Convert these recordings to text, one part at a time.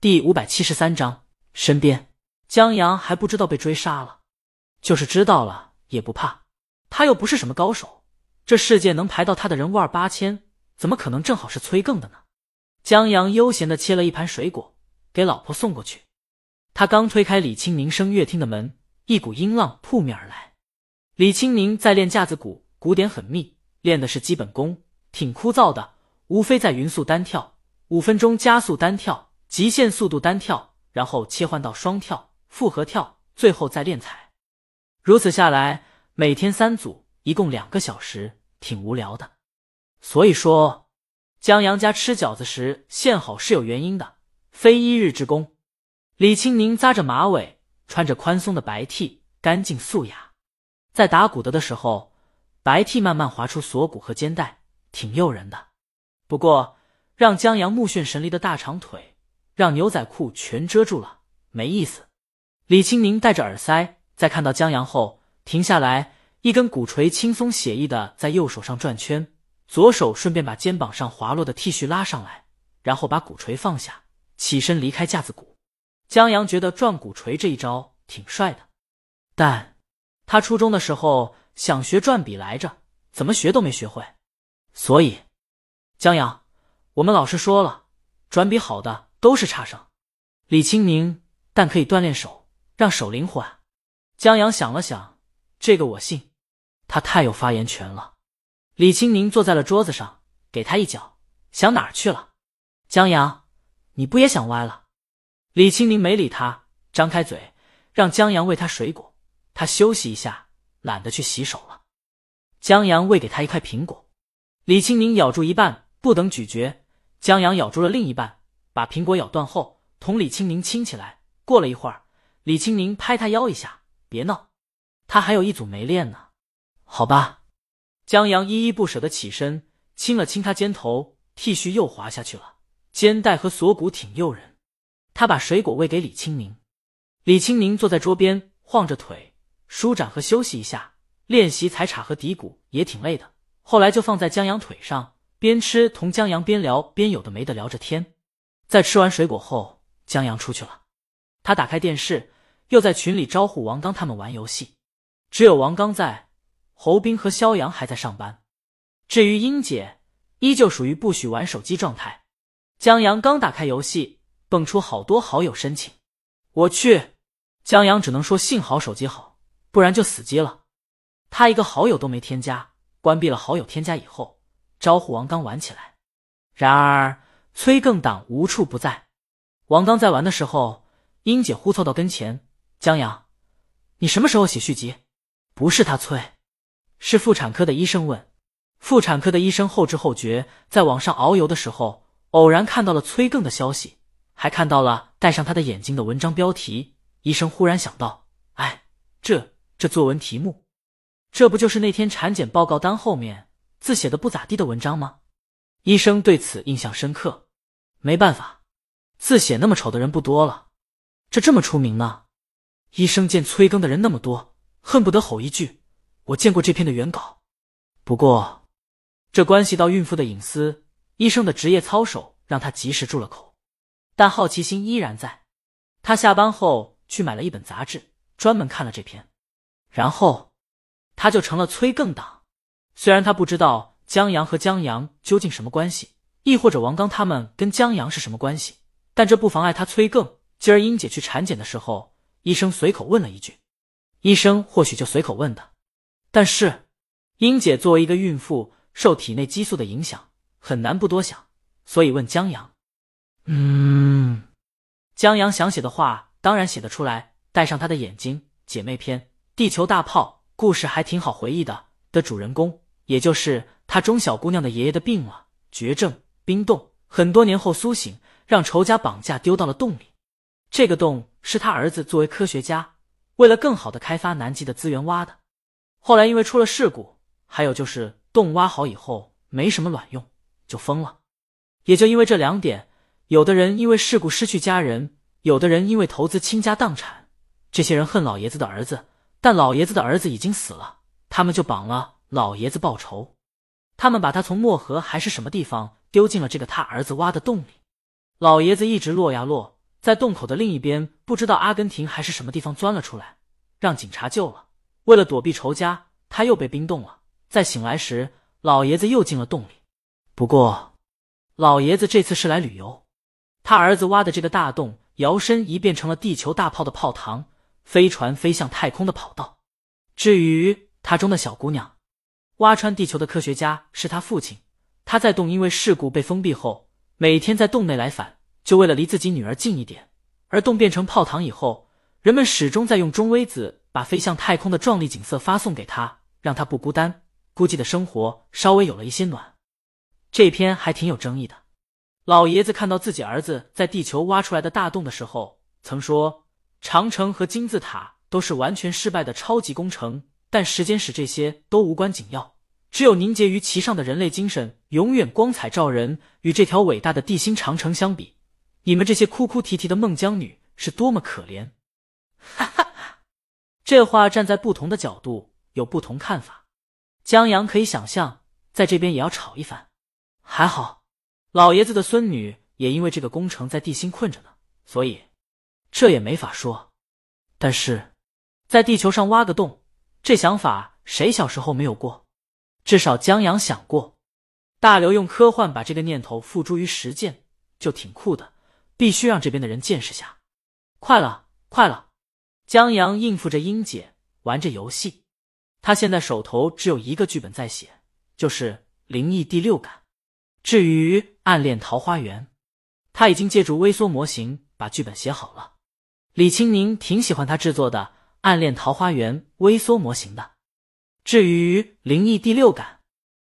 第573章，身边江阳还不知道被追杀了，就是知道了也不怕，他又不是什么高手，这世界能排到他的人万八千，怎么可能正好是崔更的呢？江阳悠闲地切了一盘水果给老婆送过去，他刚推开李青宁声乐厅的门，一股音浪扑面而来。李青宁在练架子鼓，鼓点很密，练的是基本功，挺枯燥的，无非在匀速单跳，5分钟加速单跳，极限速度单跳，然后切换到双跳、复合跳，最后再练踩。如此下来，每天3组，一共2个小时，挺无聊的。所以说，江阳家吃饺子时现好是有原因的，非一日之功。李青宁扎着马尾，穿着宽松的白 T， 干净素雅。在打鼓的时候，白 T 慢慢划出锁骨和肩带，挺诱人的。不过，让江阳目眩神离的大长腿，让牛仔裤全遮住了，没意思。李青宁戴着耳塞，在看到江阳后，停下来，一根鼓槌轻松写意的在右手上转圈，左手顺便把肩膀上滑落的 T 恤拉上来，然后把鼓槌放下，起身离开架子鼓。江阳觉得转鼓槌这一招挺帅的，但他初中的时候想学转笔来着，怎么学都没学会。所以，江阳，我们老师说了，转笔好的都是差生。李青宁，但可以锻炼手，让手灵活啊。江阳想了想，这个我信，他太有发言权了。李青宁坐在了桌子上，给他一脚，想哪儿去了？江阳，你不也想歪了？李青宁没理他，张开嘴，让江阳喂他水果，他休息一下，懒得去洗手了。江阳喂给他一块苹果，李青宁咬住一半，不等咀嚼，江阳咬住了另一半，把苹果咬断后，同李青宁亲起来。过了一会儿，李青宁拍他腰一下，别闹，他还有一组没练呢。好吧。江阳依依不舍地起身，亲了亲他肩头，T 恤又滑下去了，肩带和锁骨挺诱人。他把水果喂给李青宁，李青宁坐在桌边晃着腿，舒展和休息一下，练习踩镲和底鼓也挺累的，后来就放在江阳腿上，边吃同江阳边聊，边有的没的聊着天。在吃完水果后，江阳出去了，他打开电视，又在群里招呼王刚他们玩游戏。只有王刚在，侯斌和肖阳还在上班。至于英姐，依旧属于不许玩手机状态。江阳刚打开游戏，蹦出好多好友申请。我去，江阳只能说幸好手机好，不然就死机了。他一个好友都没添加，关闭了好友添加以后，招呼王刚玩起来。然而崔更党无处不在。王刚在玩的时候，英姐忽凑到跟前，江阳，你什么时候写续集？不是他催，是妇产科的医生问。妇产科的医生后知后觉，在网上遨游的时候，偶然看到了崔更的消息，还看到了戴上他的眼睛的文章标题。医生忽然想到，哎，这作文题目，这不就是那天产检报告单后面字写的不咋地的文章吗？医生对此印象深刻。没办法，字写那么丑的人不多了，这么出名呢。医生见催更的人那么多，恨不得吼一句，我见过这篇的原稿。不过这关系到孕妇的隐私，医生的职业操守让他及时住了口，但好奇心依然在。他下班后去买了一本杂志，专门看了这篇，然后他就成了催更党。虽然他不知道江阳和江阳究竟什么关系，亦或者王刚他们跟江阳是什么关系，但这不妨碍他催更。今儿英姐去产检的时候，医生随口问了一句，医生或许就随口问的，但是英姐作为一个孕妇，受体内激素的影响，很难不多想，所以问江阳。江阳想写的话当然写得出来，带上他的眼睛，姐妹篇、地球大炮，故事还挺好回忆的主人公，也就是他中小姑娘的爷爷的病了，绝症冰冻，很多年后苏醒，让仇家绑架丢到了洞里。这个洞是他儿子作为科学家，为了更好的开发南极的资源挖的，后来因为出了事故，还有就是洞挖好以后没什么卵用，就封了。也就因为这2点，有的人因为事故失去家人，有的人因为投资倾家荡产。这些人恨老爷子的儿子，但老爷子的儿子已经死了，他们就绑了老爷子报仇。他们把他从漠河还是什么地方丢进了这个他儿子挖的洞里。老爷子一直落呀落， 在洞口的另一边，不知道阿根廷还是什么地方钻了出来，让警察救了。为了躲避仇家，他又被冰冻了。在醒来时，老爷子又进了洞里。不过，老爷子这次是来旅游。他儿子挖的这个大洞，摇身一变成了地球大炮的炮膛，飞船飞向太空的跑道。至于他中的小姑娘，挖穿地球的科学家是他父亲。他在洞因为事故被封闭后，每天在洞内来返，就为了离自己女儿近一点。而洞变成炮膛以后，人们始终在用中微子把飞向太空的壮丽景色发送给他，让他不孤单，孤寂的生活稍微有了一些暖。这篇还挺有争议的。老爷子看到自己儿子在地球挖出来的大洞的时候，曾说长城和金字塔都是完全失败的超级工程，但时间使这些都无关紧要，只有凝结于其上的人类精神永远光彩照人。与这条伟大的地心长城相比，你们这些哭哭啼啼的孟姜女是多么可怜。哈哈哈，这话站在不同的角度有不同看法。江阳可以想象，在这边也要吵一番。还好，老爷子的孙女也因为这个工程在地心困着呢，所以这也没法说。但是，在地球上挖个洞，这想法谁小时候没有过？至少江阳想过。大刘用科幻把这个念头付诸于实践，就挺酷的，必须让这边的人见识下。快了，快了！江阳应付着英姐，玩着游戏。他现在手头只有一个剧本在写，就是《灵异第6感》。至于《暗恋桃花源》，他已经借助微缩模型把剧本写好了。李青宁挺喜欢他制作的《暗恋桃花源》微缩模型的。至于《灵异第6感》，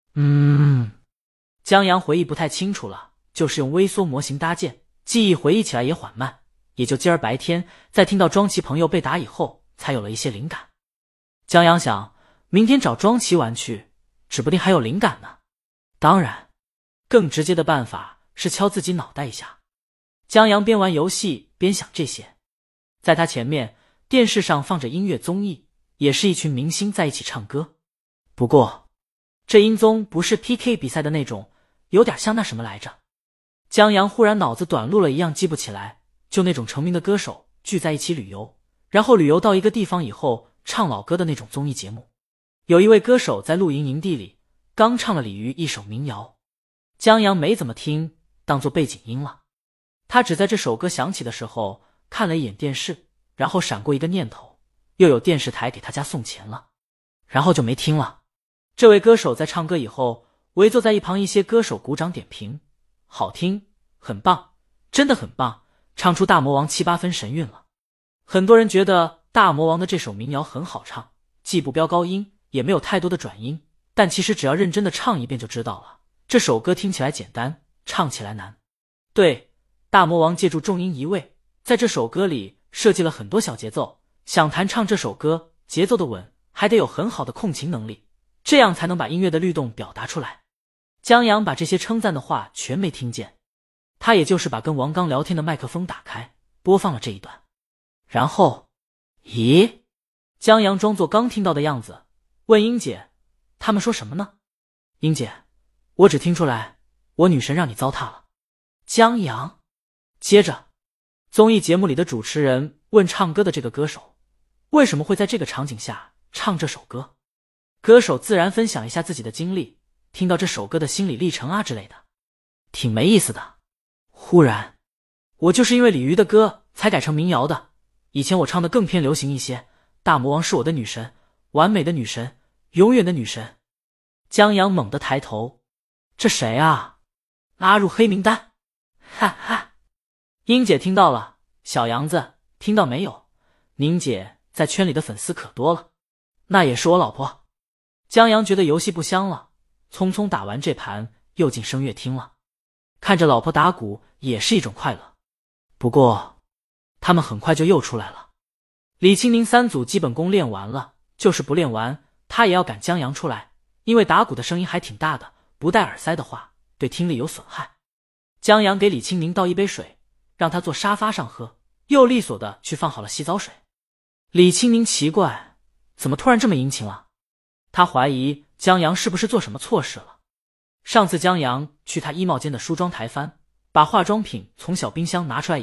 江阳回忆不太清楚了，就是用微缩模型搭建，记忆回忆起来也缓慢，也就今儿白天在听到庄奇朋友被打以后，才有了一些灵感。江阳想，明天找庄奇玩去，指不定还有灵感呢。当然，更直接的办法是敲自己脑袋一下。江阳边玩游戏边想这些。在他前面，电视上放着音乐综艺，也是一群明星在一起唱歌。不过，这音综不是 PK 比赛的那种，有点像那什么来着。江阳忽然脑子短路了一样记不起来，就那种成名的歌手聚在一起旅游，然后旅游到一个地方以后唱老歌的那种综艺节目。有一位歌手在露营营地里刚唱了鲤鱼一首民谣，江阳没怎么听，当作背景音了。他只在这首歌响起的时候看了一眼电视，然后闪过一个念头，又有电视台给他家送钱了，然后就没听了。这位歌手在唱歌以后，围坐在一旁一些歌手鼓掌点评，好听，很棒，真的很棒，唱出大魔王7、8分神韵了。很多人觉得大魔王的这首民谣很好唱，既不飙高音，也没有太多的转音，但其实只要认真的唱一遍就知道了。这首歌听起来简单，唱起来难。对，大魔王借助重音移位，在这首歌里设计了很多小节奏，想弹唱这首歌，节奏的稳，还得有很好的控琴能力，这样才能把音乐的律动表达出来。江阳把这些称赞的话全没听见，他也就是把跟王刚聊天的麦克风打开，播放了这一段。然后，咦？江阳装作刚听到的样子，问英姐，他们说什么呢？英姐，我只听出来，我女神让你糟蹋了。江阳。接着，综艺节目里的主持人问唱歌的这个歌手，为什么会在这个场景下唱这首歌？歌手自然分享一下自己的经历，听到这首歌的心理历程啊之类的，挺没意思的。忽然，我就是因为鲤鱼的歌才改成民谣的，以前我唱的更偏流行一些，大魔王是我的女神，完美的女神，永远的女神。江阳猛地抬头，这谁啊？拉入黑名单。哈哈。英姐听到了，小杨子听到没有？宁姐在圈里的粉丝可多了，那也是我老婆。江阳觉得游戏不香了，匆匆打完这盘又进声乐厅了。看着老婆打鼓也是一种快乐。不过他们很快就又出来了。李青宁3组基本功练完了，就是不练完他也要赶江阳出来，因为打鼓的声音还挺大的，不戴耳塞的话对听力有损害。江阳给李青宁倒一杯水，让他坐沙发上喝，又利索的去放好了洗澡水。李青宁奇怪，怎么突然这么殷勤了？他怀疑江阳是不是做什么错事了。上次江阳去他衣帽间的梳妆台翻，把化妆品从小冰箱拿出来以后，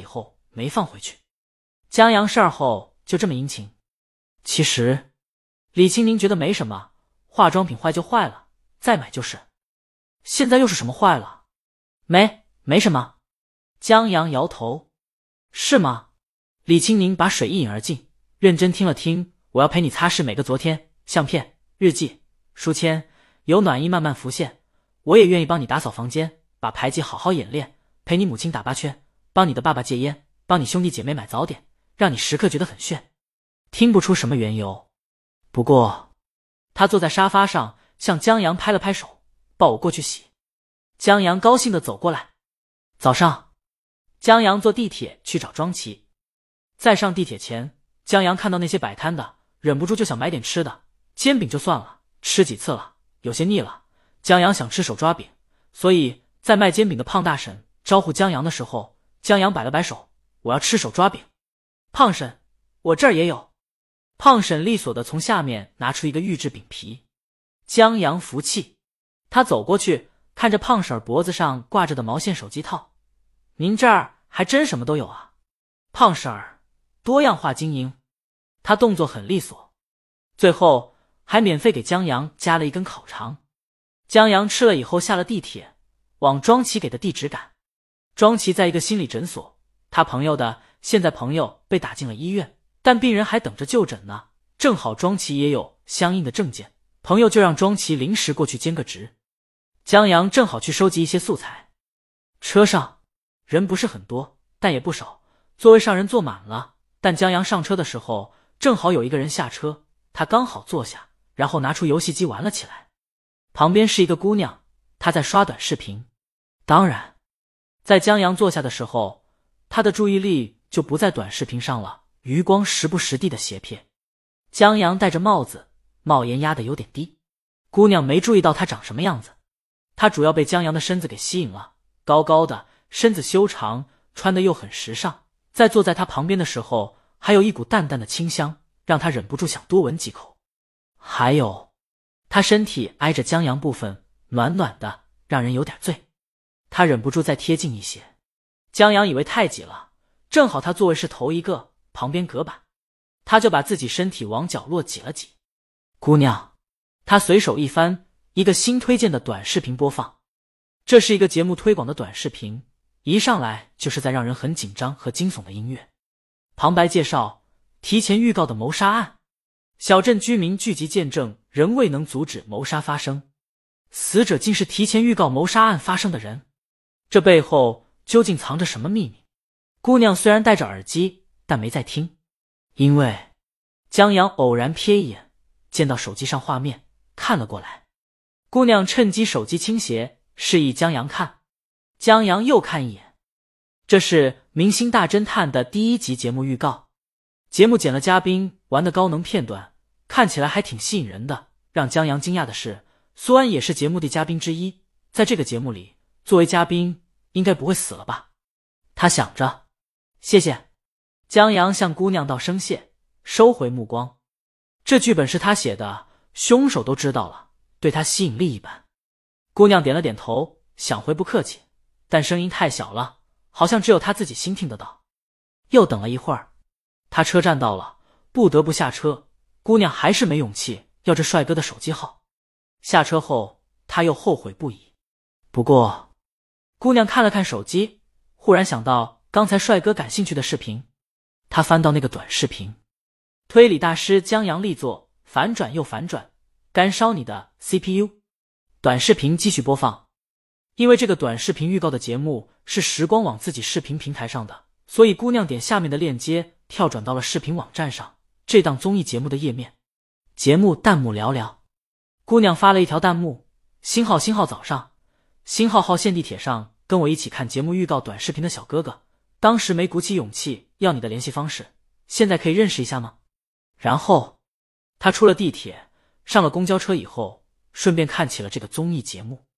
没放回去。江阳事儿后就这么殷勤。其实李青宁觉得没什么，化妆品坏就坏了，再买就是。现在又是什么坏了？没什么。江阳摇头。是吗？李青宁把水一饮而尽，认真听了听。我要陪你擦拭每个昨天，相片、日记、书签，有暖意慢慢浮现。我也愿意帮你打扫房间，把排挤好好演练，陪你母亲打8圈，帮你的爸爸戒烟，帮你兄弟姐妹买早点，让你时刻觉得很炫。听不出什么缘由，不过他坐在沙发上，向江阳拍了拍手，抱我过去洗。江阳高兴地走过来。早上，江阳坐地铁去找庄琪。在上地铁前，江阳看到那些摆摊的，忍不住就想买点吃的。煎饼就算了，吃几次了，有些腻了。江阳想吃手抓饼，所以在卖煎饼的胖大婶招呼江阳的时候，江阳摆了摆手，我要吃手抓饼。胖婶，我这儿也有。胖婶利索地从下面拿出一个预制饼皮。江阳服气，他走过去，看着胖婶脖子上挂着的毛线手机套。您这儿还真什么都有啊。胖婶儿多样化经营，他动作很利索，最后还免费给江阳加了一根烤肠。江阳吃了以后下了地铁，往庄琪给的地址赶。庄琪在一个心理诊所，他朋友的现在朋友被打进了医院，但病人还等着就诊呢，正好庄琪也有相应的证件，朋友就让庄琪临时过去兼个职。江阳正好去收集一些素材。车上人不是很多，但也不少，座位上人坐满了，但江阳上车的时候正好有一个人下车，他刚好坐下，然后拿出游戏机玩了起来。旁边是一个姑娘，她在刷短视频。当然在江阳坐下的时候，她的注意力就不在短视频上了，余光时不时地的斜瞥。江阳戴着帽子，帽檐压得有点低，姑娘没注意到他长什么样子。她主要被江阳的身子给吸引了，高高的，身子修长，穿得又很时尚，在坐在他旁边的时候还有一股淡淡的清香，让他忍不住想多闻几口。还有他身体挨着江阳部分，暖暖的，让人有点醉。他忍不住再贴近一些。江阳以为太挤了，正好他座位是头一个，旁边隔板，他就把自己身体往角落挤了挤。姑娘，他随手一翻，一个新推荐的短视频播放。这是一个节目推广的短视频，一上来就是在让人很紧张和惊悚的音乐。旁白介绍提前预告的谋杀案，小镇居民聚集见证，仍未能阻止谋杀发生，死者竟是提前预告谋杀案发生的人，这背后究竟藏着什么秘密？姑娘虽然戴着耳机，但没在听，因为江阳偶然瞥一眼，见到手机上画面，看了过来。姑娘趁机手机倾斜，示意江阳看。江阳又看一眼，这是《明星大侦探》的第1集节目预告。节目剪了嘉宾玩的高能片段，看起来还挺吸引人的。让江阳惊讶的是，苏安也是节目的嘉宾之一，在这个节目里作为嘉宾应该不会死了吧，他想着。谢谢。江阳向姑娘道声谢，收回目光。这剧本是他写的，凶手都知道了，对他吸引力一般。姑娘点了点头，想回不客气，但声音太小了，好像只有他自己心听得到。又等了一会儿，他车站到了，不得不下车。姑娘还是没勇气要这帅哥的手机号。下车后，他又后悔不已。不过，姑娘看了看手机，忽然想到刚才帅哥感兴趣的视频。他翻到那个短视频，推理大师江阳力作，反转又反转，干烧你的 CPU。短视频继续播放。因为这个短视频预告的节目是时光网自己视频平台上的，所以姑娘点下面的链接，跳转到了视频网站上这档综艺节目的页面。节目弹幕寥寥，姑娘发了一条弹幕：星号早上，星号限地铁上跟我一起看节目预告短视频的小哥哥，当时没鼓起勇气要你的联系方式，现在可以认识一下吗？然后他出了地铁，上了公交车以后，顺便看起了这个综艺节目。